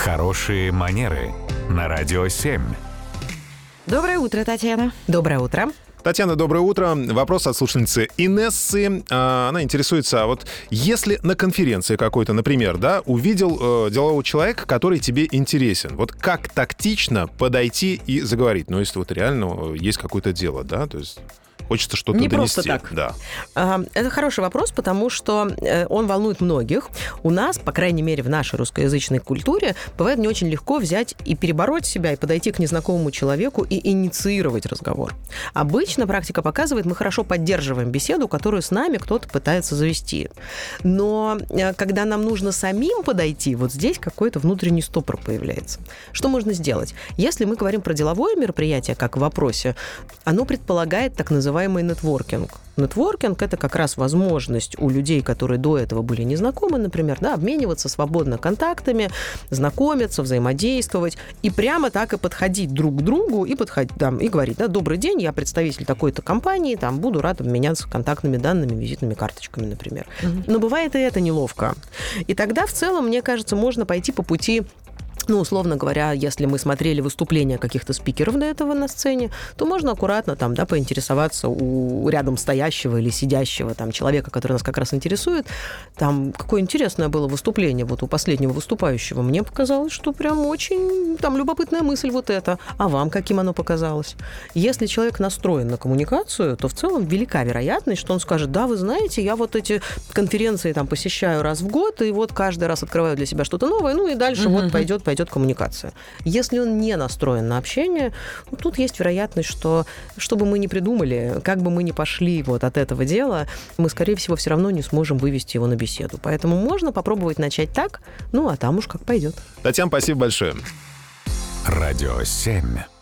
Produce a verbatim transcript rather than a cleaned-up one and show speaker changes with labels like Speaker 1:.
Speaker 1: Хорошие манеры на Радио семь.
Speaker 2: Доброе утро, Татьяна.
Speaker 3: Доброе утро.
Speaker 4: Татьяна, доброе утро. Вопрос от слушательницы Инессы. Она интересуется, а вот если на конференции какой-то, например, да, увидел э, делового человека, который тебе интересен, вот как тактично подойти и заговорить? Ну, если вот реально есть какое-то дело, да, то есть... Хочется что-то
Speaker 2: Не
Speaker 4: донести.
Speaker 2: просто так.
Speaker 4: Да.
Speaker 3: Это хороший вопрос, потому что он волнует многих. У нас, по крайней мере, в нашей русскоязычной культуре, бывает не очень легко взять и перебороть себя, и подойти к незнакомому человеку и инициировать разговор. Обычно практика показывает, мы хорошо поддерживаем беседу, которую с нами кто-то пытается завести. Но когда нам нужно самим подойти, вот здесь какой-то внутренний стопор появляется. Что можно сделать? Если мы говорим про деловое мероприятие, как в вопросе, оно предполагает так называемый нетворкинг. Нетворкинг – это как раз возможность у людей, которые до этого были незнакомы, например, да, обмениваться свободно контактами, знакомиться, взаимодействовать и прямо так и подходить друг к другу и, подходить, там, и говорить, да, добрый день, я представитель такой-то компании, там, буду рад обменяться контактными данными, визитными карточками, например. Mm-hmm. Но бывает и это неловко. И тогда в целом, мне кажется, можно пойти по пути. Ну, условно говоря, если мы смотрели выступления каких-то спикеров до этого на сцене, то можно аккуратно там, да, поинтересоваться у рядом стоящего или сидящего там, человека, который нас как раз интересует, там, какое интересное было выступление вот у последнего выступающего. Мне показалось, что прям очень там любопытная мысль вот эта. А вам каким оно показалось? Если человек настроен на коммуникацию, то в целом велика вероятность, что он скажет, да, вы знаете, я вот эти конференции там посещаю раз в год, и вот каждый раз открываю для себя что-то новое, ну и дальше mm-hmm. вот пойдет, пойдет идет коммуникация. Если он не настроен на общение, ну, тут есть вероятность, что, что бы мы ни придумали, как бы мы ни пошли вот от этого дела, мы, скорее всего, все равно не сможем вывести его на беседу. Поэтому можно попробовать начать так, ну, а там уж как пойдет.
Speaker 4: Татьяна, спасибо большое.
Speaker 1: Радио семь.